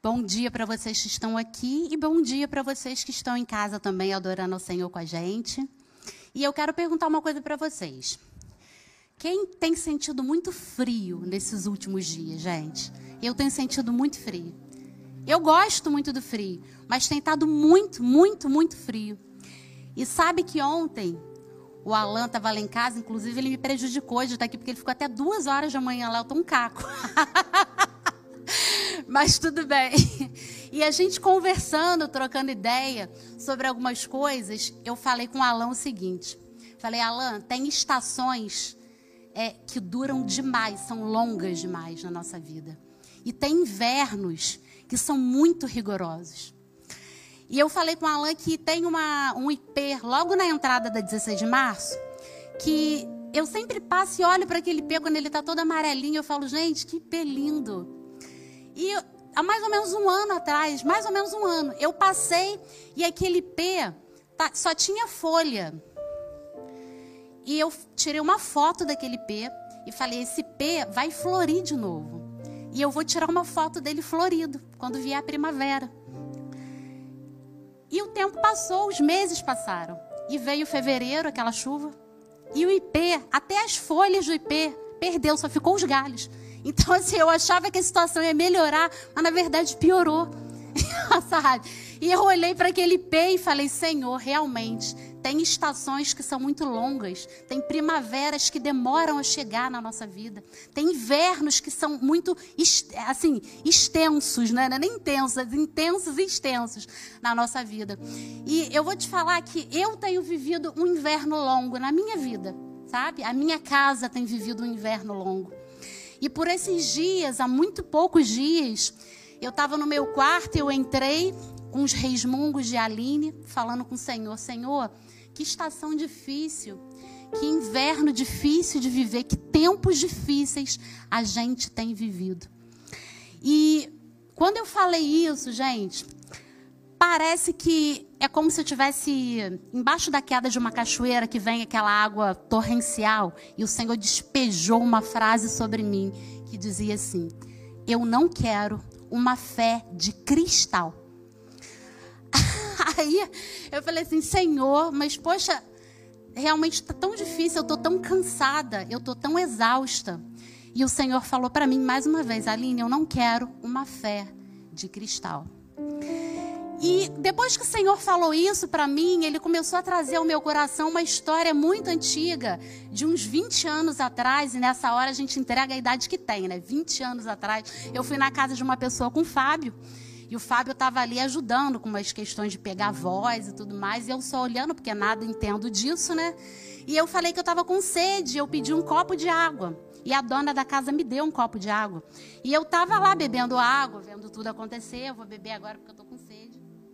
Bom dia para vocês que estão aqui e bom dia para vocês que estão em casa também adorando ao Senhor com a gente. E eu quero perguntar uma coisa para vocês. Quem tem sentido muito frio nesses últimos dias, gente? Eu tenho sentido muito frio. Eu gosto muito do frio, mas tem estado muito, muito, muito frio. E sabe que ontem o Alan estava lá em casa, inclusive ele me prejudicou de estar aqui, porque ele ficou até 2 horas da manhã lá, eu tô um caco. Mas tudo bem. E a gente conversando, trocando ideia sobre algumas coisas, eu falei com o Alan o seguinte. Falei, Alan, tem estações que duram demais, são longas demais na nossa vida. E tem invernos que são muito rigorosos. E eu falei com o Alan que tem um IP logo na entrada da 16 de março, que eu sempre passo e olho para aquele IP quando ele está todo amarelinho, eu falo, gente, que IP lindo. E há mais ou menos um ano atrás, eu passei e aquele IP só tinha folha. E eu tirei uma foto daquele IP e falei, esse IP vai florir de novo. E eu vou tirar uma foto dele florido, quando vier a primavera. E o tempo passou, os meses passaram. E veio fevereiro, aquela chuva. E o IP, até as folhas do IP, perdeu, só ficou os galhos. Então, assim, eu achava que a situação ia melhorar, mas na verdade piorou. Sabe? E eu olhei para aquele IP e falei, Senhor, realmente, tem estações que são muito longas, tem primaveras que demoram a chegar na nossa vida, tem invernos que são muito, assim, extensos, né? Nem intensos e extensos na nossa vida. E eu vou te falar que eu tenho vivido um inverno longo na minha vida, sabe? A minha casa tem vivido um inverno longo. E por esses dias, há muito poucos dias, eu estava no meu quarto e eu entrei com os resmungos de Aline, falando com o Senhor. Senhor, que estação difícil, que inverno difícil de viver, que tempos difíceis a gente tem vivido. E quando eu falei isso, gente, parece que é como se eu estivesse embaixo da queda de uma cachoeira que vem aquela água torrencial e o Senhor despejou uma frase sobre mim que dizia assim, eu não quero uma fé de cristal. Aí eu falei assim, Senhor, mas poxa, realmente está tão difícil, eu estou tão cansada, eu estou tão exausta. E o Senhor falou para mim mais uma vez, Aline, eu não quero uma fé de cristal. E depois que o Senhor falou isso para mim, Ele começou a trazer ao meu coração uma história muito antiga, de uns 20 anos atrás, e nessa hora a gente entrega a idade que tem, né? 20 anos atrás, eu fui na casa de uma pessoa com o Fábio, e o Fábio estava ali ajudando com umas questões de pegar voz e tudo mais, e eu só olhando, porque nada entendo disso, né? E eu falei que eu estava com sede, eu pedi um copo de água. E a dona da casa me deu um copo de água. E eu estava lá bebendo água, vendo tudo acontecer. Eu vou beber agora porque eu estou com sede.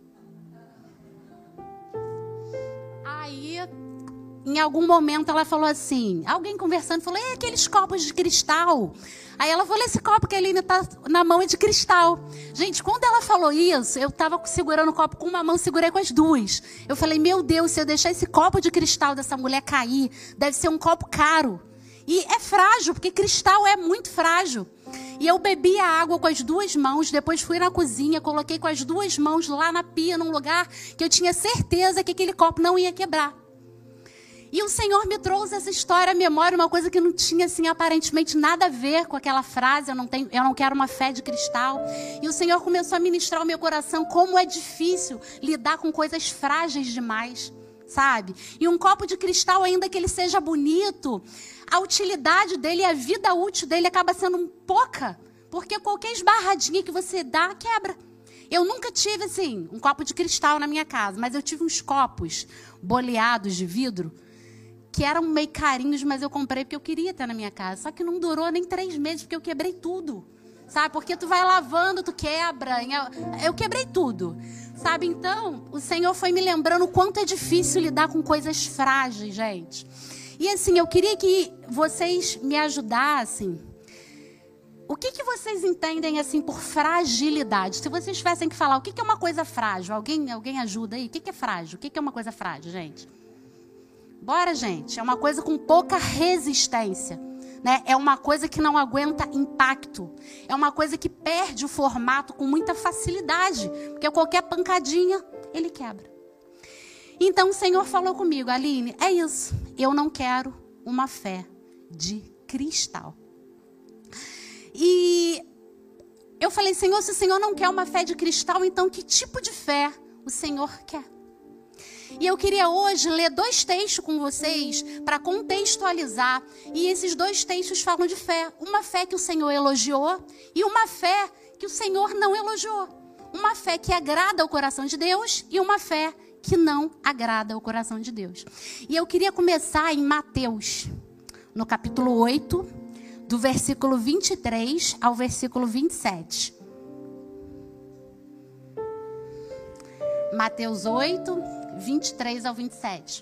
Aí, em algum momento, ela falou assim, alguém conversando, falou, e aqueles copos de cristal? Aí ela falou, esse copo que a Aline está na mão é de cristal. Gente, quando ela falou isso, eu estava segurando o copo com uma mão, segurei com as duas. Eu falei, meu Deus, se eu deixar esse copo de cristal dessa mulher cair, deve ser um copo caro. E é frágil, porque cristal é muito frágil. E eu bebi a água com as duas mãos, depois fui na cozinha, coloquei com as duas mãos lá na pia, num lugar que eu tinha certeza que aquele copo não ia quebrar. E o Senhor me trouxe essa história à memória, uma coisa que não tinha, assim, aparentemente nada a ver com aquela frase, eu não quero uma fé de cristal. E o Senhor começou a ministrar ao meu coração como é difícil lidar com coisas frágeis demais, sabe? E um copo de cristal, ainda que ele seja bonito, a utilidade dele, a vida útil dele acaba sendo pouca, porque qualquer esbarradinha que você dá, quebra. Eu nunca tive, assim, um copo de cristal na minha casa, mas eu tive uns copos boleados de vidro, que eram meio carinhos, mas eu comprei porque eu queria ter na minha casa. Só que não durou nem 3 meses, porque eu quebrei tudo, sabe? Porque tu vai lavando, tu quebra, eu quebrei tudo, sabe? Então, o Senhor foi me lembrando o quanto é difícil lidar com coisas frágeis, gente. E assim, eu queria que vocês me ajudassem. O que vocês entendem assim por fragilidade? Se vocês tivessem que falar, o que é uma coisa frágil? Alguém ajuda aí? O que é frágil? O que é uma coisa frágil, gente? Bora, gente. É uma coisa com pouca resistência. né? É uma coisa que não aguenta impacto. É uma coisa que perde o formato com muita facilidade. Porque qualquer pancadinha, ele quebra. Então o Senhor falou comigo, Aline, é isso. Eu não quero uma fé de cristal. E eu falei, Senhor, se o Senhor não quer uma fé de cristal, então que tipo de fé o Senhor quer? E eu queria hoje ler 2 textos com vocês para contextualizar. E esses 2 textos falam de fé. Uma fé que o Senhor elogiou e uma fé que o Senhor não elogiou. Uma fé que agrada ao coração de Deus e uma fé que não agrada ao coração de Deus. E eu queria começar em Mateus, no capítulo 8, do versículo 23 ao versículo 27. Mateus 8, 23 ao 27.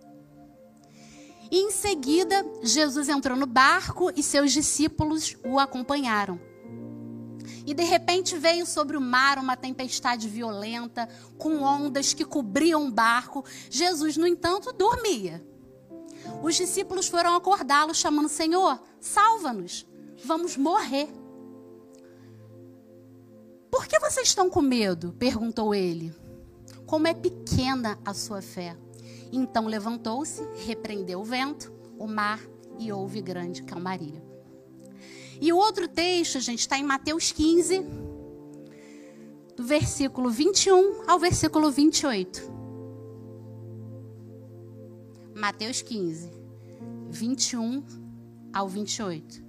E em seguida, Jesus entrou no barco e seus discípulos o acompanharam. E de repente veio sobre o mar uma tempestade violenta, com ondas que cobriam o barco. Jesus, no entanto, dormia. Os discípulos foram acordá-lo, chamando, Senhor, salva-nos, vamos morrer. Por que vocês estão com medo? Perguntou ele. Como é pequena a sua fé. Então levantou-se, repreendeu o vento, o mar e houve grande calmaria. E o outro texto, gente, está em Mateus 15, do versículo 21 ao versículo 28. Mateus 15, 21 ao 28.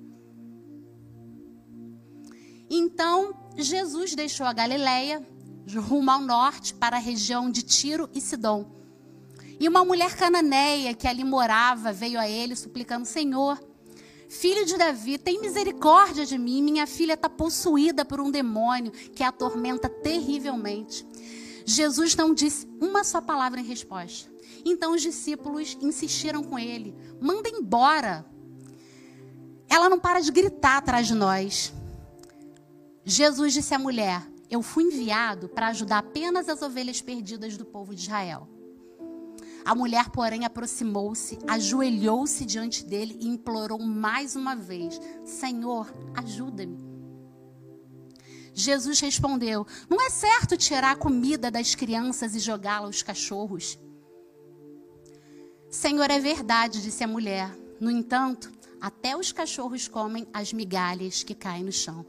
Então, Jesus deixou a Galileia, rumo ao norte, para a região de Tiro e Sidom. E uma mulher cananeia que ali morava veio a ele suplicando, Senhor, filho de Davi, tem misericórdia de mim, minha filha está possuída por um demônio que a atormenta terrivelmente. Jesus não disse uma só palavra em resposta. Então os discípulos insistiram com ele, manda embora. Ela não para de gritar atrás de nós. Jesus disse à mulher, eu fui enviado para ajudar apenas as ovelhas perdidas do povo de Israel. A mulher, porém, aproximou-se, ajoelhou-se diante dele e implorou mais uma vez, Senhor, ajuda-me. Jesus respondeu, não é certo tirar a comida das crianças e jogá-la aos cachorros? Senhor, é verdade, disse a mulher. No entanto, até os cachorros comem as migalhas que caem no chão.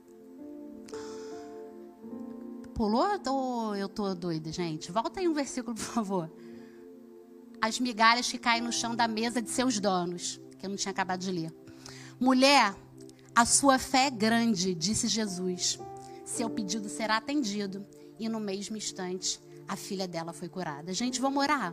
Pulou ou eu tô doida, gente? Volta aí um versículo, por favor. As migalhas que caem no chão da mesa de seus donos, que eu não tinha acabado de ler. Mulher, a sua fé é grande, disse Jesus. Seu pedido será atendido. E no mesmo instante, a filha dela foi curada. Gente, vamos orar?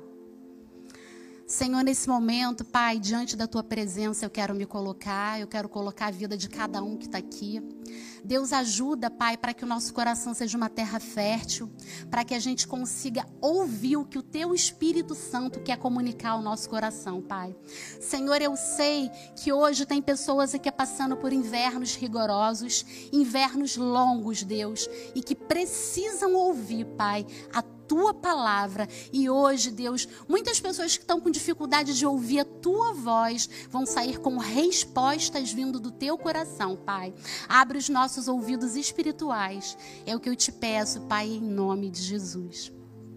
Senhor, nesse momento, Pai, diante da Tua presença, eu quero me colocar, eu quero colocar a vida de cada um que está aqui. Deus, ajuda, Pai, para que o nosso coração seja uma terra fértil, para que a gente consiga ouvir o que o Teu Espírito Santo quer comunicar ao nosso coração, Pai. Senhor, eu sei que hoje tem pessoas aqui passando por invernos rigorosos, invernos longos, Deus, e que precisam ouvir, Pai, a Tua palavra. E hoje, Deus, muitas pessoas que estão com dificuldade de ouvir a Tua voz vão sair com respostas vindo do Teu coração, Pai. Abre os nossos ouvidos espirituais. É o que eu te peço, Pai, em nome de Jesus.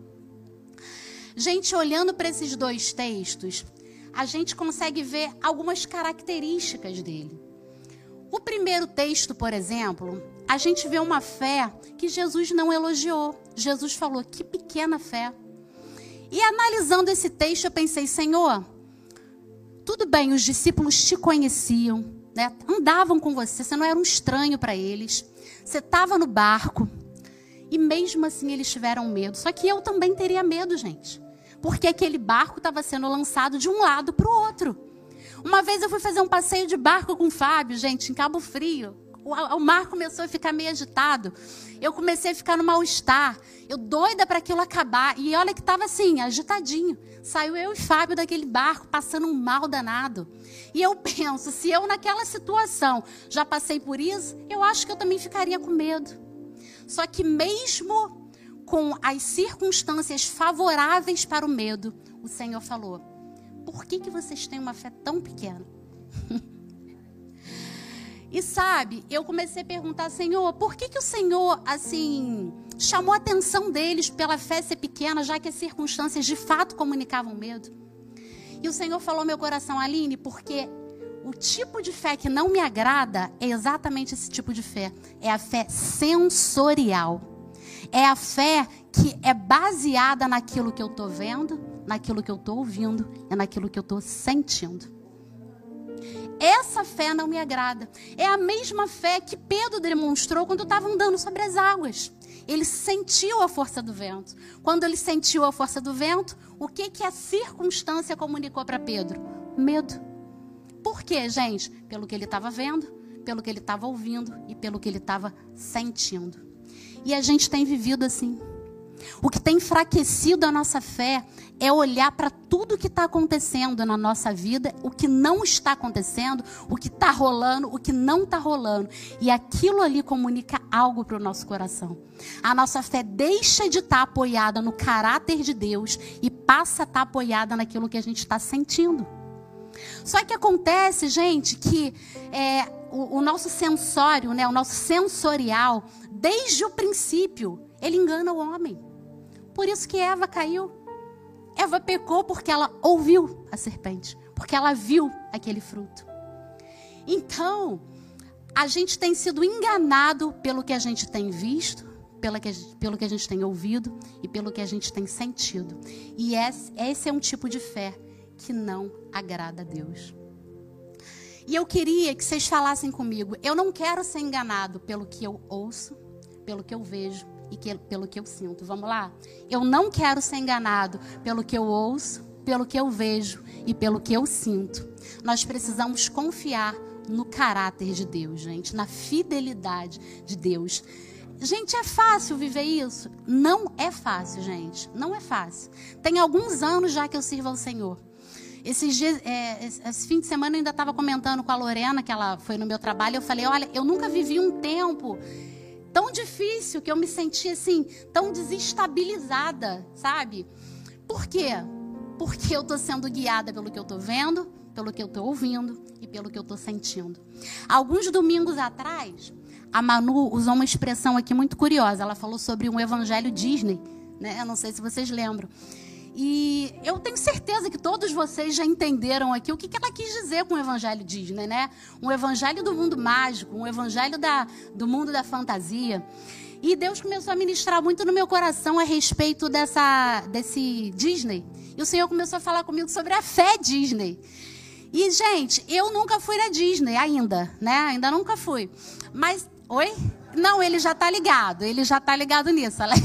Gente, olhando para esses 2 textos, a gente consegue ver algumas características dele. O primeiro texto, por exemplo, a gente vê uma fé que Jesus não elogiou. Jesus falou, que pequena fé. E analisando esse texto, eu pensei, Senhor, tudo bem, os discípulos te conheciam, né? Andavam com você não era um estranho para eles. Você estava no barco e mesmo assim eles tiveram medo. Só que eu também teria medo, gente. Porque aquele barco estava sendo lançado de um lado para o outro. Uma vez eu fui fazer um passeio de barco com o Fábio, gente, em Cabo Frio. O mar começou a ficar meio agitado. Eu comecei a ficar no mal-estar. Eu doida para aquilo acabar. E olha que estava assim, agitadinho. Saiu eu e Fábio daquele barco, passando um mal danado. E eu penso, se eu naquela situação já passei por isso, eu acho que eu também ficaria com medo. Só que mesmo com as circunstâncias favoráveis para o medo, o Senhor falou, por que vocês têm uma fé tão pequena? E sabe, eu comecei a perguntar, Senhor, por que o Senhor, assim, chamou a atenção deles pela fé ser pequena, já que as circunstâncias de fato comunicavam medo? E o Senhor falou ao meu coração, Aline, porque o tipo de fé que não me agrada é exatamente esse tipo de fé. É a fé sensorial. É a fé que é baseada naquilo que eu estou vendo, naquilo que eu estou ouvindo e naquilo que eu estou sentindo. Essa fé não me agrada. É a mesma fé que Pedro demonstrou quando estava andando sobre as águas. Ele sentiu a força do vento. Quando ele sentiu a força do vento, o que a circunstância comunicou para Pedro? Medo. Por quê, gente? Pelo que ele estava vendo, pelo que ele estava ouvindo e pelo que ele estava sentindo. E a gente tem vivido assim. O que tem enfraquecido a nossa fé é olhar para tudo que está acontecendo na nossa vida, o que não está acontecendo, o que está rolando, o que não está rolando. E aquilo ali comunica algo para o nosso coração. A nossa fé deixa de estar apoiada no caráter de Deus e passa a estar apoiada naquilo que a gente está sentindo. Só que acontece, gente, que o nosso sensório, né, o nosso sensorial, desde o princípio, ele engana o homem. Por isso que Eva caiu. Eva pecou porque ela ouviu a serpente, porque ela viu aquele fruto. Então, a gente tem sido enganado pelo que a gente tem visto, pelo que a gente tem ouvido e pelo que a gente tem sentido. E esse é um tipo de fé que não agrada a Deus. E eu queria que vocês falassem comigo. Eu não quero ser enganado pelo que eu ouço, pelo que eu vejo e pelo que eu sinto. Vamos lá? Eu não quero ser enganado pelo que eu ouço, pelo que eu vejo e pelo que eu sinto. Nós precisamos confiar no caráter de Deus, gente, na fidelidade de Deus. Gente, é fácil viver isso? Não é fácil, gente. Não é fácil. Tem alguns anos já que eu sirvo ao Senhor. Esses dias, esse fim de semana eu ainda estava comentando com a Lorena, que ela foi no meu trabalho, eu falei, olha, eu nunca vivi um tempo tão difícil, que eu me senti assim, tão desestabilizada, sabe? Por quê? Porque eu estou sendo guiada pelo que eu estou vendo, pelo que eu estou ouvindo e pelo que eu estou sentindo. Alguns domingos atrás, a Manu usou uma expressão aqui muito curiosa. Ela falou sobre um evangelho Disney, né? Eu não sei se vocês lembram. E eu tenho certeza que todos vocês já entenderam aqui o que ela quis dizer com o evangelho Disney, né? Um evangelho do mundo mágico, um evangelho do mundo da fantasia. E Deus começou a ministrar muito no meu coração a respeito desse Disney. E o Senhor começou a falar comigo sobre a fé Disney. E, gente, eu nunca fui na Disney ainda, né? Ainda nunca fui. Mas, oi? Não, ele já tá ligado. Ele já tá ligado nisso, Alex.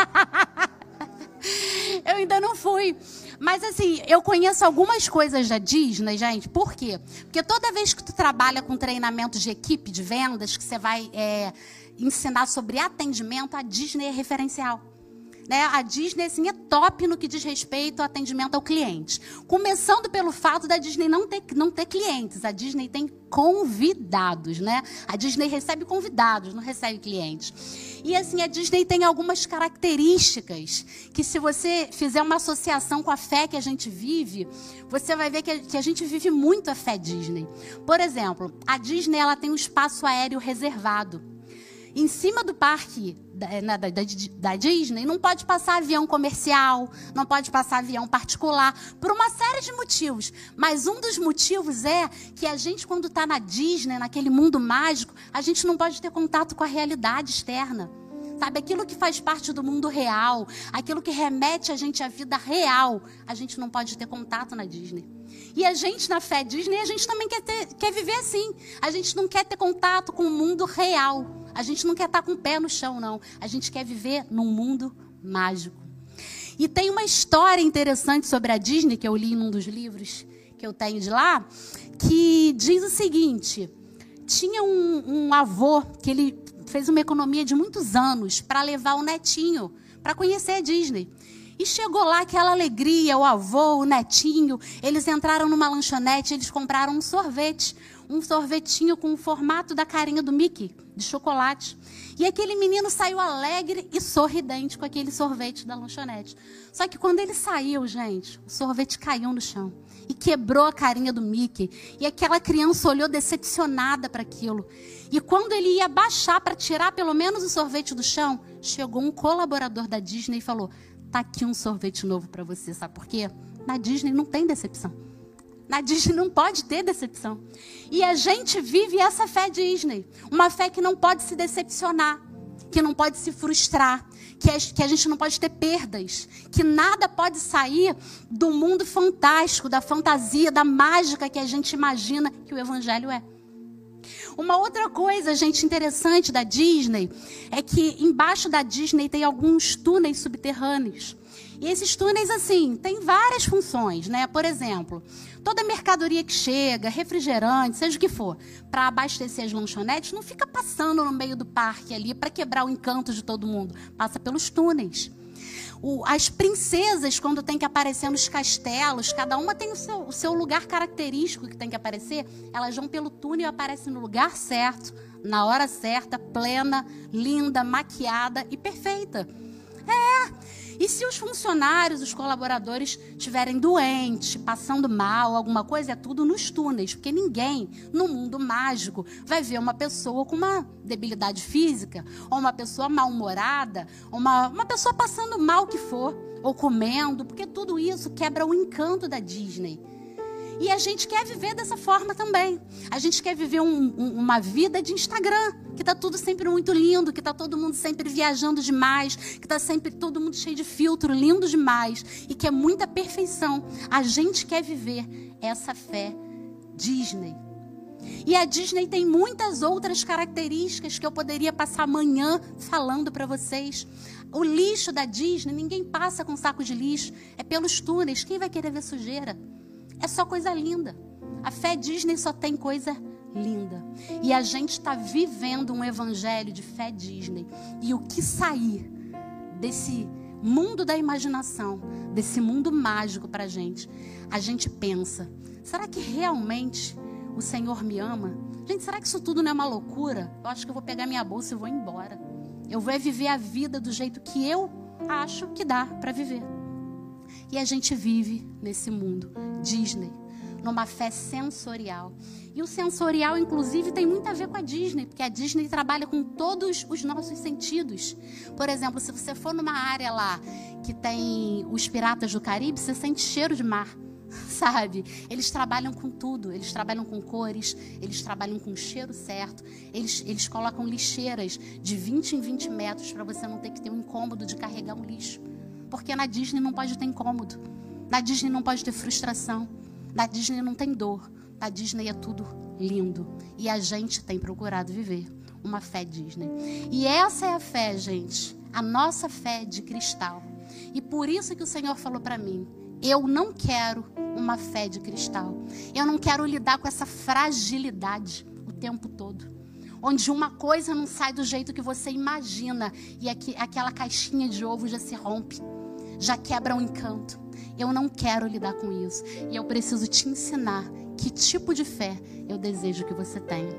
Eu ainda não fui. Mas assim, eu conheço algumas coisas da Disney, gente. Por quê? Porque toda vez que tu trabalha com treinamento de equipe de vendas, que você vai ensinar sobre atendimento, a Disney é referencial. Né? A Disney assim, é top no que diz respeito ao atendimento ao cliente. Começando pelo fato da Disney não ter clientes. A Disney tem convidados, né? A Disney recebe convidados, não recebe clientes. E assim, a Disney tem algumas características que, se você fizer uma associação com a fé que a gente vive, você vai ver que a gente vive muito a fé Disney. Por exemplo, a Disney ela tem um espaço aéreo reservado. Em cima do parque da Disney, não pode passar avião comercial, não pode passar avião particular, por uma série de motivos. Mas um dos motivos é que a gente, quando está na Disney, naquele mundo mágico, a gente não pode ter contato com a realidade externa. Sabe, aquilo que faz parte do mundo real, aquilo que remete a gente à vida real, a gente não pode ter contato na Disney. E a gente, na fé Disney, a gente também quer viver assim. A gente não quer ter contato com o mundo real. A gente não quer estar com o pé no chão, não. A gente quer viver num mundo mágico. E tem uma história interessante sobre a Disney, que eu li num dos livros que eu tenho de lá, que diz o seguinte: tinha um avô que ele fez uma economia de muitos anos para levar o netinho para conhecer a Disney. E chegou lá aquela alegria, o avô, o netinho, eles entraram numa lanchonete, eles compraram um sorvete. um sorvetinho com o formato da carinha do Mickey, de chocolate. E aquele menino saiu alegre e sorridente com aquele sorvete da lanchonete. Só que quando ele saiu, gente, o sorvete caiu no chão e quebrou a carinha do Mickey. E aquela criança olhou decepcionada para aquilo. E quando ele ia baixar para tirar pelo menos o sorvete do chão, chegou um colaborador da Disney e falou: tá aqui um sorvete novo para você. Sabe por quê? Na Disney não tem decepção. Na Disney não pode ter decepção. E a gente vive essa fé Disney. Uma fé que não pode se decepcionar, que não pode se frustrar, que a gente não pode ter perdas, que nada pode sair do mundo fantástico, da fantasia, da mágica que a gente imagina que o Evangelho é. Uma outra coisa, gente, interessante da Disney é que embaixo da Disney tem alguns túneis subterrâneos. E esses túneis, assim, têm várias funções, né? Por exemplo, toda mercadoria que chega, refrigerante, seja o que for, para abastecer as lanchonetes, não fica passando no meio do parque ali para quebrar o encanto de todo mundo. Passa pelos túneis. As princesas, quando tem que aparecer nos castelos, cada uma tem o seu lugar característico que tem que aparecer, elas vão pelo túnel e aparecem no lugar certo, na hora certa, plena, linda, maquiada e perfeita. E se os funcionários, os colaboradores estiverem doentes, passando mal, alguma coisa, é tudo nos túneis. Porque ninguém, no mundo mágico, vai ver uma pessoa com uma debilidade física, ou uma pessoa mal-humorada, ou uma pessoa passando mal que for, ou comendo, porque tudo isso quebra o encanto da Disney. E a gente quer viver dessa forma também. A gente quer viver uma vida de Instagram, que está tudo sempre muito lindo, que está todo mundo sempre viajando demais, que está sempre todo mundo cheio de filtro, lindo demais, e que é muita perfeição. A gente quer viver essa fé Disney. E a Disney tem muitas outras características que eu poderia passar amanhã falando para vocês. O lixo da Disney, ninguém passa com saco de lixo, é pelos túneis. Quem vai querer ver sujeira? É só coisa linda. A fé Disney só tem coisa linda. E a gente está vivendo um evangelho de fé Disney. E o que sair desse mundo da imaginação, desse mundo mágico para a gente pensa: será que realmente o Senhor me ama? Gente, será que isso tudo não é uma loucura? Eu acho que eu vou pegar minha bolsa e vou embora. Eu vou viver a vida do jeito que eu acho que dá para viver. E a gente vive nesse mundo Disney, numa fé sensorial. E o sensorial, inclusive, tem muito a ver com a Disney, porque a Disney trabalha com todos os nossos sentidos. Por exemplo, se você for numa área lá que tem os Piratas do Caribe, você sente cheiro de mar, sabe? Eles trabalham com tudo, eles trabalham com cores, eles trabalham com o cheiro certo, eles colocam lixeiras de 20 em 20 metros para você não ter que ter um incômodo de carregar um lixo. Porque na Disney não pode ter incômodo. Na Disney não pode ter frustração. Na Disney não tem dor. Na Disney é tudo lindo. E a gente tem procurado viver uma fé Disney. E essa é a fé, gente. A nossa fé de cristal. E por isso que o Senhor falou para mim: eu não quero uma fé de cristal. Eu não quero lidar com essa fragilidade o tempo todo. Onde uma coisa não sai do jeito que você imagina. E aquela caixinha de ovo já se rompe. Já quebra o encanto. Eu não quero lidar com isso. E eu preciso te ensinar que tipo de fé eu desejo que você tenha.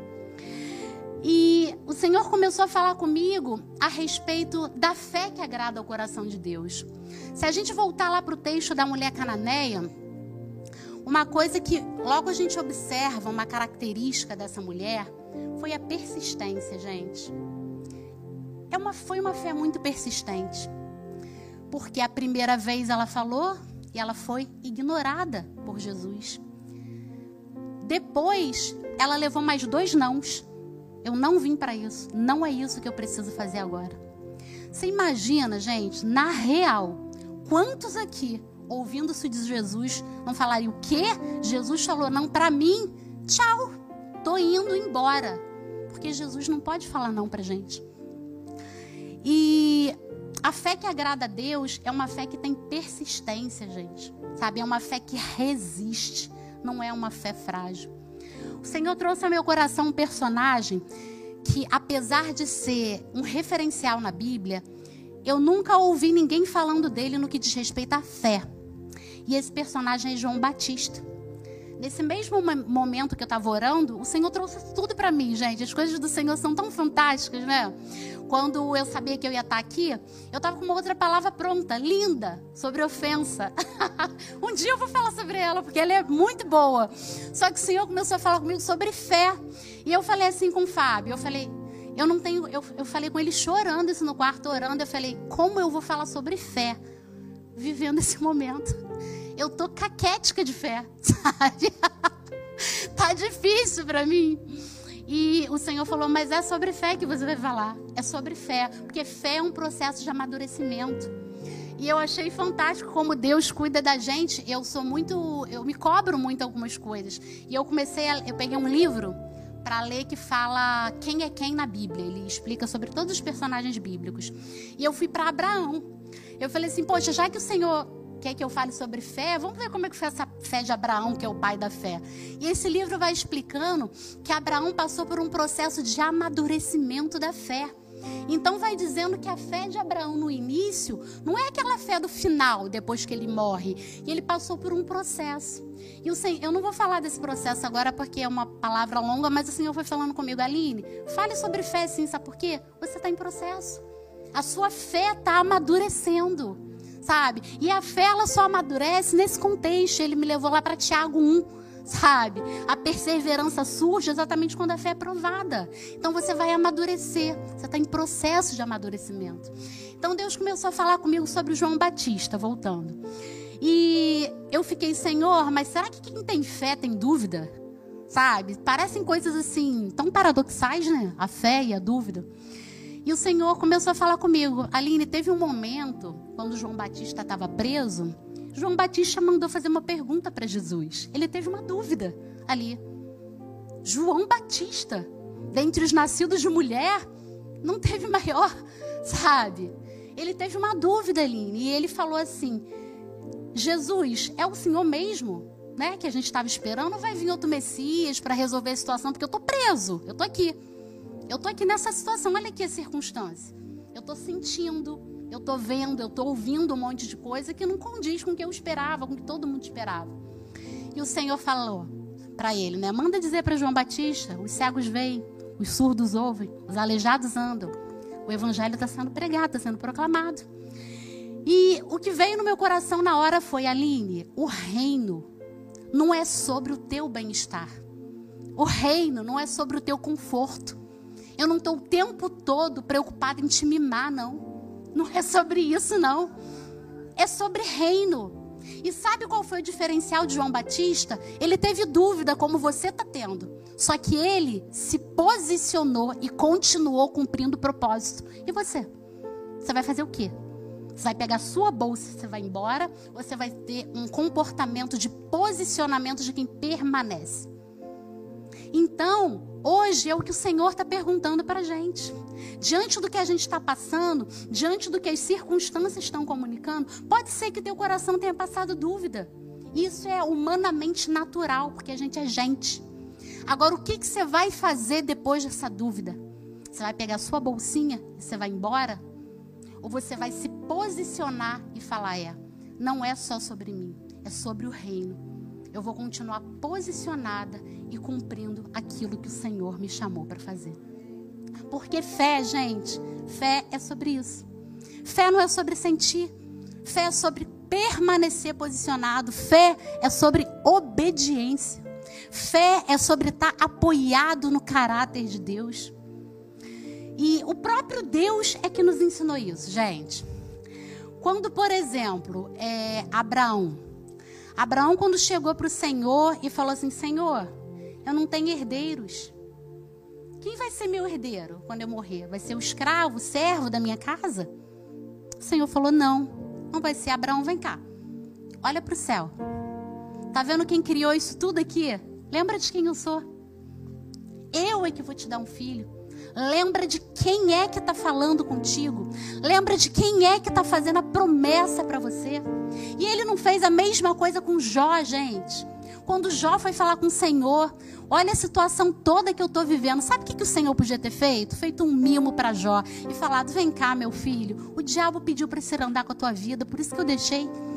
E o Senhor começou a falar comigo a respeito da fé que agrada ao coração de Deus. Se a gente voltar lá para o texto da mulher cananeia, uma coisa que logo a gente observa, uma característica dessa mulher, foi a persistência, gente. Foi uma fé muito persistente. Porque a primeira vez ela falou e ela foi ignorada por Jesus. Depois, ela levou mais 2 nãos. Eu não vim para isso. Não é isso que eu preciso fazer agora. Você imagina, gente, na real, quantos aqui, ouvindo-se de Jesus, não falariam: o quê? Jesus falou não para mim? Tchau, tô indo embora. Porque Jesus não pode falar não pra gente. E a fé que agrada a Deus é uma fé que tem persistência, gente. Sabe? É uma fé que resiste. Não é uma fé frágil. O Senhor trouxe ao meu coração um personagem que, apesar de ser um referencial na Bíblia, eu nunca ouvi ninguém falando dele no que diz respeito à fé. E esse personagem é João Batista. Nesse mesmo momento que eu estava orando, o Senhor trouxe tudo para mim, gente. As coisas do Senhor são tão fantásticas, né? Quando eu sabia que eu ia estar aqui, eu estava com uma outra palavra pronta, linda, sobre ofensa. Um dia eu vou falar sobre ela, porque ela é muito boa. Só que o Senhor começou a falar comigo sobre fé. E eu falei assim com o Fábio, eu falei com ele chorando isso no quarto, orando. Eu falei, como eu vou falar sobre fé, vivendo esse momento? Eu tô caquética de fé, sabe? Tá difícil para mim. E o Senhor falou, mas é sobre fé que você vai falar. É sobre fé, porque fé é um processo de amadurecimento. E eu achei fantástico como Deus cuida da gente. Eu me cobro muito algumas coisas. E eu peguei um livro para ler que fala quem é quem na Bíblia. Ele explica sobre todos os personagens bíblicos. E eu fui para Abraão. Eu falei assim, poxa, já que o Senhor quer que eu fale sobre fé, vamos ver como é que foi essa fé de Abraão, que é o pai da fé. E esse livro vai explicando que Abraão passou por um processo de amadurecimento da fé. Então vai dizendo que a fé de Abraão no início não é aquela fé do final, depois que ele morre. E ele passou por um processo. E eu não vou falar desse processo agora porque é uma palavra longa, mas o Senhor foi falando comigo, Aline, fale sobre fé sim, sabe por quê? Você está em processo. A sua fé está amadurecendo. Sabe? E a fé, ela só amadurece nesse contexto. Ele me levou lá para Tiago 1, sabe? A perseverança surge exatamente quando a fé é provada. Então você vai amadurecer. Você está em processo de amadurecimento. Então Deus começou a falar comigo sobre o João Batista, voltando. E eu fiquei, Senhor, mas será que quem tem fé tem dúvida? Sabe? Parecem coisas assim, tão paradoxais, né? A fé e a dúvida. E o Senhor começou a falar comigo. Aline, teve um momento, quando João Batista estava preso, João Batista mandou fazer uma pergunta para Jesus. Ele teve uma dúvida ali. João Batista, dentre os nascidos de mulher, não teve maior, sabe? Ele teve uma dúvida, Aline, e ele falou assim, Jesus, é o Senhor mesmo, né, que a gente estava esperando, ou vai vir outro Messias para resolver a situação, porque eu estou preso, eu estou aqui. Eu estou aqui nessa situação, olha aqui a circunstância. Eu estou sentindo, eu estou vendo, eu estou ouvindo um monte de coisa que não condiz com o que eu esperava, com o que todo mundo esperava. E o Senhor falou para ele, né? Manda dizer para João Batista, os cegos veem, os surdos ouvem, os aleijados andam. O evangelho está sendo pregado, está sendo proclamado. E o que veio no meu coração na hora foi, Aline, o reino não é sobre o teu bem-estar. O reino não é sobre o teu conforto. Eu não estou o tempo todo preocupada em te mimar, não. Não é sobre isso, não. É sobre reino. E sabe qual foi o diferencial de João Batista? Ele teve dúvida, como você está tendo. Só que ele se posicionou e continuou cumprindo o propósito. E você? Você vai fazer o quê? Você vai pegar a sua bolsa e você vai embora? Ou você vai ter um comportamento de posicionamento de quem permanece? Então, hoje é o que o Senhor está perguntando para a gente. Diante do que a gente está passando, diante do que as circunstâncias estão comunicando, pode ser que teu coração tenha passado dúvida. Isso é humanamente natural, porque a gente é gente. Agora, o que você vai fazer depois dessa dúvida? Você vai pegar a sua bolsinha e você vai embora? Ou você vai se posicionar e falar, não é só sobre mim, é sobre o reino. Eu vou continuar posicionada e cumprindo aquilo que o Senhor me chamou para fazer. Porque fé, gente, fé é sobre isso. Fé não é sobre sentir. Fé é sobre permanecer posicionado. Fé é sobre obediência. Fé é sobre estar apoiado no caráter de Deus. E o próprio Deus é que nos ensinou isso, gente. Quando, por exemplo, Abraão, quando chegou para o Senhor e falou assim, Senhor, eu não tenho herdeiros. Quem vai ser meu herdeiro quando eu morrer? Vai ser o escravo, o servo da minha casa? O Senhor falou, não vai ser. Abraão, vem cá. Olha para o céu. Tá vendo quem criou isso tudo aqui? Lembra de quem eu sou? Eu é que vou te dar um filho. Lembra de quem é que está falando contigo. Lembra de quem é que está fazendo a promessa para você. E ele não fez a mesma coisa com Jó, gente. Quando Jó foi falar com o Senhor, olha a situação toda que eu estou vivendo. Sabe o que o Senhor podia ter feito? Feito um mimo para Jó e falado, vem cá, meu filho. O diabo pediu para você andar com a tua vida, por isso que eu deixei.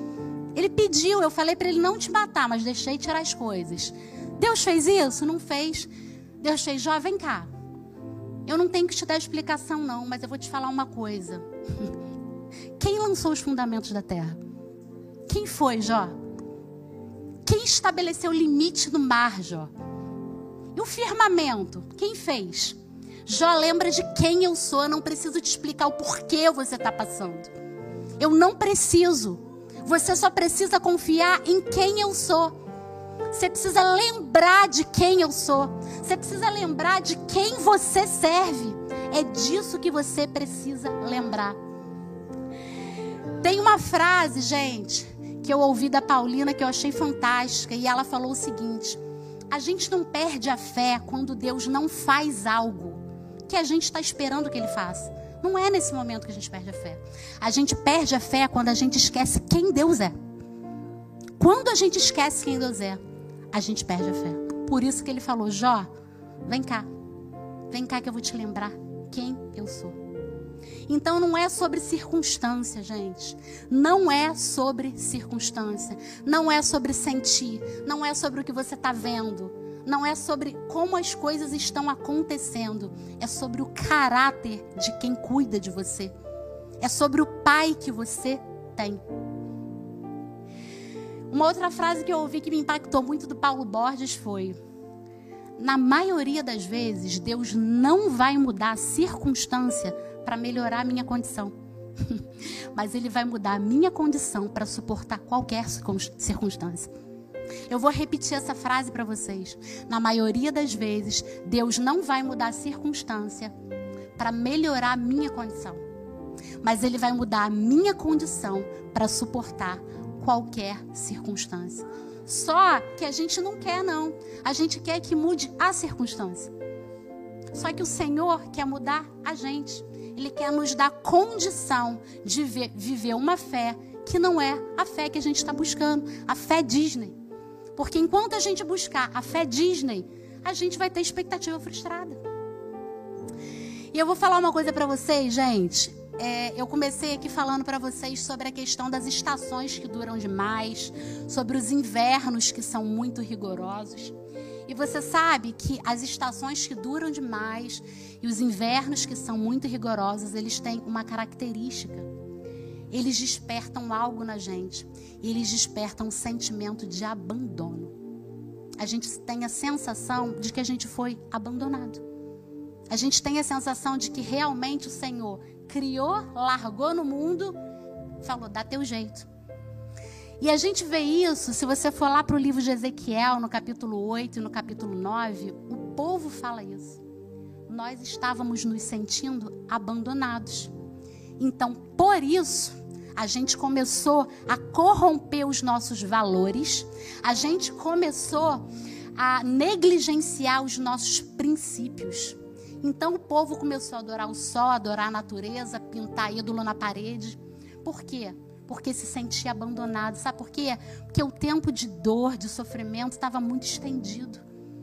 Ele pediu, eu falei para ele não te matar, mas deixei tirar as coisas. Deus fez isso? Não fez. Deus fez, Jó, vem cá. Eu não tenho que te dar explicação não, mas eu vou te falar uma coisa. Quem lançou os fundamentos da terra? Quem foi, Jó? Quem estabeleceu o limite do mar, Jó? E o firmamento? Quem fez? Jó, lembra de quem eu sou. Eu não preciso te explicar o porquê você está passando. Eu não preciso. Você só precisa confiar em quem eu sou. Você precisa lembrar de quem eu sou. Você precisa lembrar de quem você serve. É disso que você precisa lembrar. Tem uma frase, gente, que eu ouvi da Paulina que eu achei fantástica. E ela falou o seguinte: a gente não perde a fé quando Deus não faz algo que a gente está esperando que Ele faça. Não é nesse momento que a gente perde a fé. A gente perde a fé quando a gente esquece quem Deus é. Quando a gente esquece quem Deus é, a gente perde a fé. Por isso que Ele falou, Jó, vem cá. Vem cá que eu vou te lembrar quem eu sou. Então não é sobre circunstância, gente. Não é sobre circunstância. Não é sobre sentir. Não é sobre o que você está vendo. Não é sobre como as coisas estão acontecendo. É sobre o caráter de quem cuida de você. É sobre o pai que você tem. Uma outra frase que eu ouvi que me impactou muito do Paulo Borges foi: na maioria das vezes, Deus não vai mudar a circunstância para melhorar a minha condição. Mas Ele vai mudar a minha condição para suportar qualquer circunstância. Eu vou repetir essa frase para vocês. Na maioria das vezes, Deus não vai mudar a circunstância para melhorar a minha condição. Mas Ele vai mudar a minha condição para suportar qualquer circunstância. Só que a gente não quer, não. A gente quer que mude a circunstância. Só que o Senhor quer mudar a gente. Ele quer nos dar condição de viver uma fé que não é a fé que a gente está buscando. A fé Disney. Porque enquanto a gente buscar a fé Disney, a gente vai ter expectativa frustrada. E eu vou falar uma coisa para vocês, gente. Eu comecei aqui falando para vocês sobre a questão das estações que duram demais, sobre os invernos que são muito rigorosos. E você sabe que as estações que duram demais e os invernos que são muito rigorosos, eles têm uma característica. Eles despertam algo na gente. Eles despertam um sentimento de abandono. A gente tem a sensação de que a gente foi abandonado. A gente tem a sensação de que realmente o Senhor criou, largou no mundo, falou, dá teu jeito. E a gente vê isso, se você for lá para o livro de Ezequiel, no capítulo 8 e no capítulo 9, o povo fala isso. Nós estávamos nos sentindo abandonados. Então, por isso, a gente começou a corromper os nossos valores, a gente começou a negligenciar os nossos princípios. Então o povo começou a adorar o sol, a adorar a natureza, pintar ídolo na parede. Por quê? Porque se sentia abandonado. Sabe por quê? Porque o tempo de dor, de sofrimento estava muito estendido.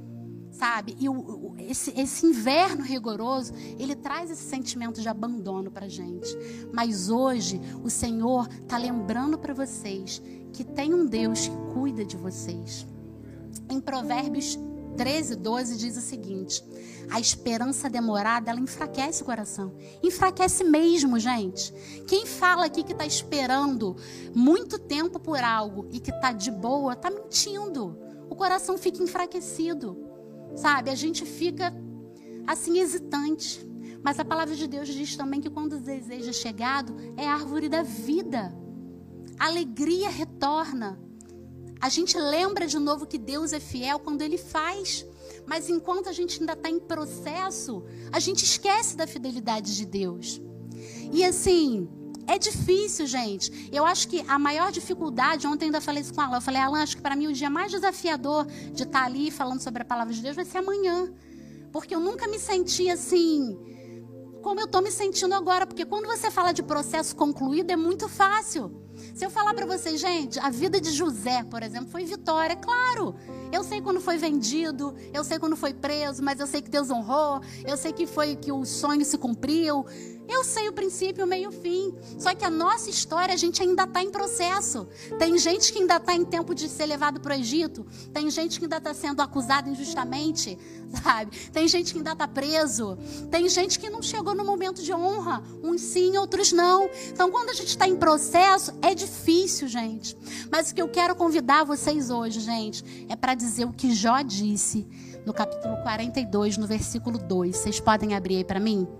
Sabe? E esse inverno rigoroso, ele traz esse sentimento de abandono para a gente. Mas hoje, o Senhor está lembrando para vocês que tem um Deus que cuida de vocês. Em Provérbios 13, 12 diz o seguinte: a esperança demorada, ela enfraquece o coração. Enfraquece mesmo, gente. Quem fala aqui que está esperando muito tempo por algo e que está de boa, está mentindo. O coração fica enfraquecido. Sabe, a gente fica assim hesitante. Mas a palavra de Deus diz também que quando o desejo é chegado, é a árvore da vida. A alegria retorna. A gente lembra de novo que Deus é fiel quando Ele faz. Mas enquanto a gente ainda está em processo, a gente esquece da fidelidade de Deus. E assim, é difícil, gente. Eu acho que a maior dificuldade, ontem ainda falei isso com ela, eu falei, Alan, acho que para mim o dia mais desafiador de estar ali falando sobre a palavra de Deus vai ser amanhã. Porque eu nunca me senti assim, como eu estou me sentindo agora. Porque quando você fala de processo concluído, é muito fácil. Se eu falar para vocês, gente, a vida de José, por exemplo, foi vitória. Claro, Eu sei quando foi vendido, eu sei quando foi preso, mas eu sei que Deus honrou, eu sei que foi que o sonho se cumpriu. Eu sei o princípio, o meio e o fim. Só que a nossa história, a gente ainda está em processo. Tem gente que ainda está em tempo de ser levado para o Egito. Tem gente que ainda está sendo acusada injustamente, sabe? Tem gente que ainda está preso. Tem gente que não chegou no momento de honra. Uns sim, outros não. Então, quando a gente está em processo, é difícil, gente. Mas o que eu quero convidar vocês hoje, gente, é para dizer o que Jó disse no capítulo 42, no versículo 2. Vocês podem abrir aí para mim?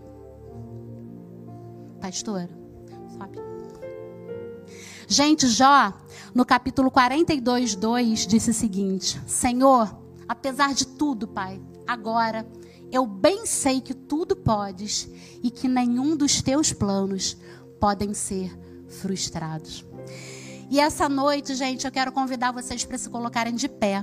Pastora, sobe. Gente, Jó, no capítulo 42, 2, disse o seguinte: Senhor, apesar de tudo, Pai, agora eu bem sei que tudo podes e que nenhum dos teus planos podem ser frustrados. E essa noite, gente, eu quero convidar vocês para se colocarem de pé.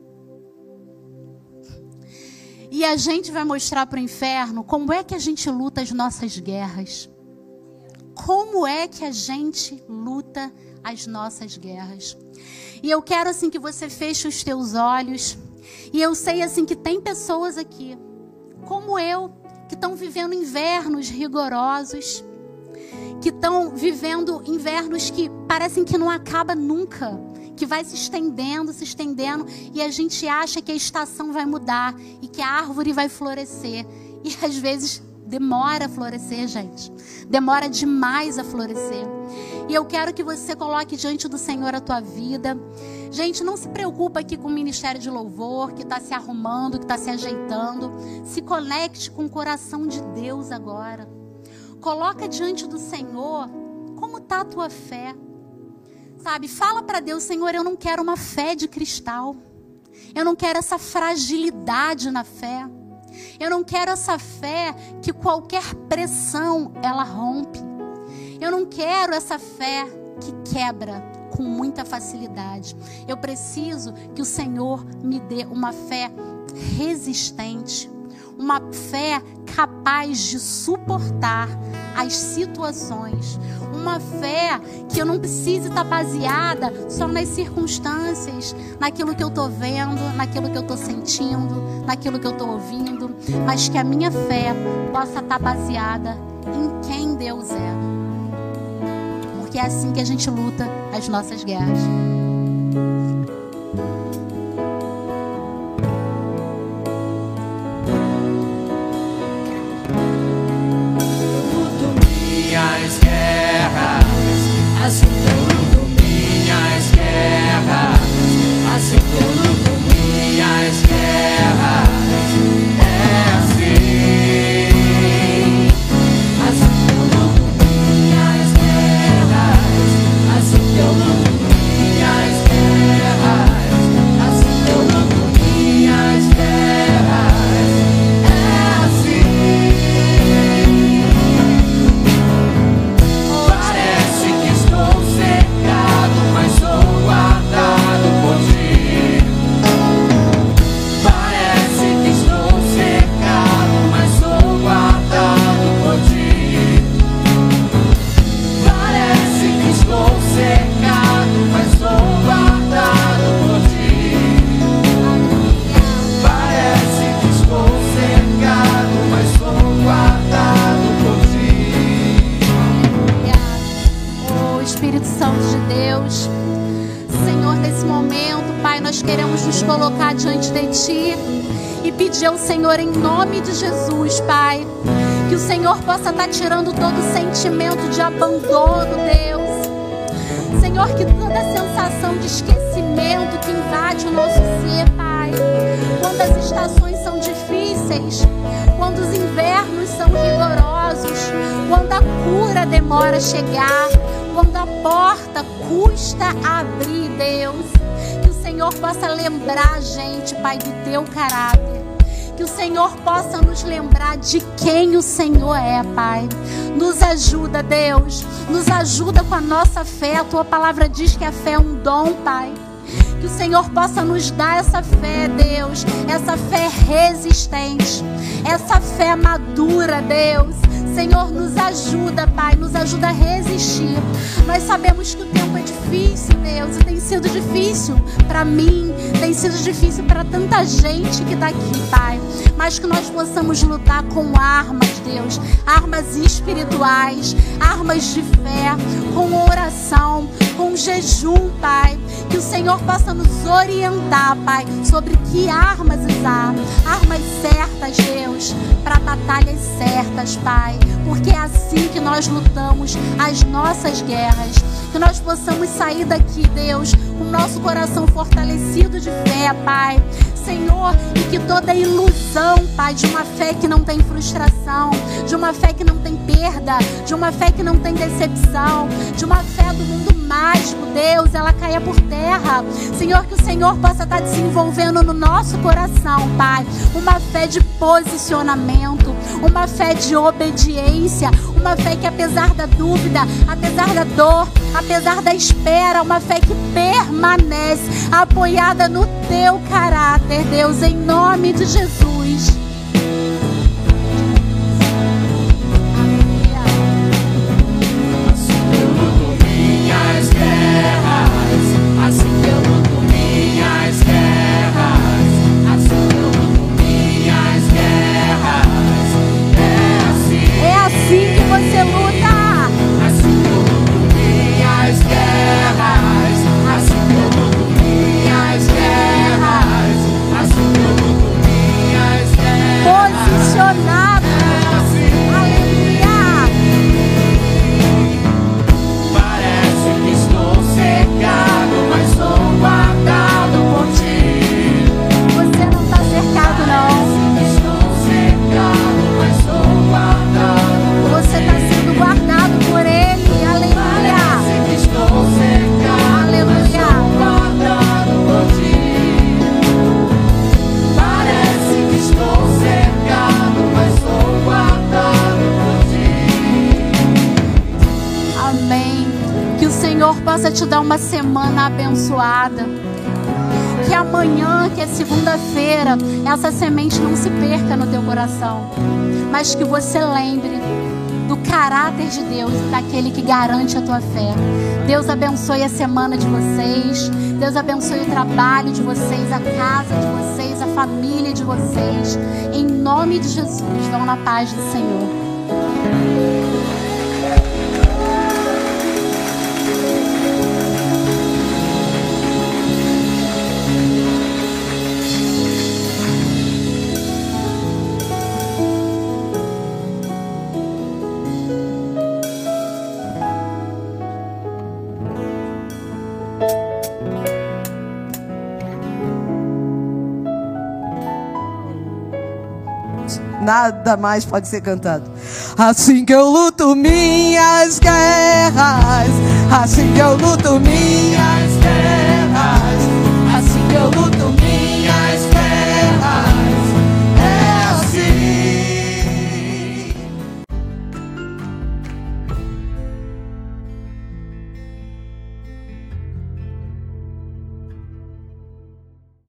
E a gente vai mostrar para o inferno como é que a gente luta as nossas guerras. Como é que a gente luta as nossas guerras? E eu quero assim que você feche os teus olhos. E eu sei assim que tem pessoas aqui, como eu, que estão vivendo invernos rigorosos, que estão vivendo invernos que parecem que não acaba nunca, que vai se estendendo, e a gente acha que a estação vai mudar e que a árvore vai florescer. E às vezes demora a florescer, gente. Demora demais a florescer. E eu quero que você coloque diante do Senhor a tua vida. Gente, não se preocupa aqui com o ministério de louvor, que está se arrumando, que está se ajeitando. Se conecte com o coração de Deus agora. Coloca diante do Senhor como está a tua fé. Sabe, fala para Deus: Senhor, eu não quero uma fé de cristal. Eu não quero essa fragilidade na fé. Eu não quero essa fé que qualquer pressão ela rompe. Eu não quero essa fé que quebra com muita facilidade. Eu preciso que o Senhor me dê uma fé resistente, uma fé capaz de suportar as situações, uma fé que eu não precise estar baseada só nas circunstâncias, naquilo que eu estou vendo, naquilo que eu estou sentindo, naquilo que eu estou ouvindo, mas que a minha fé possa estar baseada em quem Deus é, porque é assim que a gente luta as nossas guerras. Assim eu luto minhas guerras, assim eu luto minhas guerras, é assim. Assim eu luto minhas guerras, assim eu luto minhas guerras, assim eu luto minhas guerras, é assim. Parece que estou cercado, mas sou guardado por ti. Parece que estou cercado, mas sou guardado por ti. Parece que estou cercado, mas sou guardado por ti. Parece que estou cercado, mas sou guardado por ti. Oh, Espírito Santo de Deus, Senhor, nesse momento, Pai, nós queremos nos colocar diante de Ti e pedir ao Senhor, em nome de Jesus, Pai, que o Senhor possa estar tirando todo sentimento de abandono, Deus. Senhor, que toda sensação de esquecimento que invade o nosso ser, Pai, quando as estações são difíceis, quando os invernos são rigorosos, quando a cura demora a chegar, quando a porta custa a abrir, Deus, que o Senhor possa lembrar a gente, Pai, do Teu caráter. Que o Senhor possa nos lembrar de quem o Senhor é, Pai. Nos ajuda, Deus. Nos ajuda com a nossa fé. A Tua palavra diz que a fé é um dom, Pai. Que o Senhor possa nos dar essa fé, Deus. Essa fé resistente. Essa fé madura, Deus. Senhor, nos ajuda, Pai, nos ajuda a resistir. Nós sabemos que o tempo é difícil, Deus, e tem sido difícil para mim, tem sido difícil para tanta gente que está aqui, Pai. Mas que nós possamos lutar com armas, Deus, armas espirituais, armas de fé, com oração, com jejum, Pai. Que o Senhor possa nos orientar, Pai, sobre que armas usar, armas certas, Deus, para batalhas certas, Pai, porque é assim que nós lutamos as nossas guerras. Que nós possamos sair daqui, Deus, com o nosso coração fortalecido de fé, Pai, Senhor, e que toda ilusão, Pai, de uma fé que não tem frustração, de uma fé que não tem perda, de uma fé que não tem decepção, de uma fé do mundo mágico, Deus, ela caia por terra. Senhor, que o Senhor possa estar desenvolvendo no nosso coração, Pai, uma fé de posicionamento, uma fé de obediência, uma fé que apesar da dúvida, apesar da dor, apesar da espera, uma fé que permanece apoiada no teu caráter, Deus, em nome de Jesus. Você luta. Assim eu luto minhas guerras. Assim eu luto minhas guerras. Assim eu luto minhas guerras. Posicionado. Aleluia. Parece que estou cercado, mas sou guardado por ti. Você não está cercado, não. Parece que estou cercado, mas sou guardado. Você está sendo guardado por Ele, aleluia. Parece que estou cercado, aleluia. Mas sou guardado por ti. Parece que estou cercado, mas sou guardado por ti. Amém. Que o Senhor possa te dar uma semana abençoada. Que amanhã, que é segunda-feira, essa semente não se perca no teu coração, mas que você lembre do caráter de Deus, daquele que garante a tua fé. Deus abençoe a semana de vocês. Deus abençoe o trabalho de vocês, a casa de vocês, a família de vocês. Em nome de Jesus, vão na paz do Senhor. Nada mais pode ser cantado. Assim que eu luto minhas guerras, assim que eu luto minhas guerras.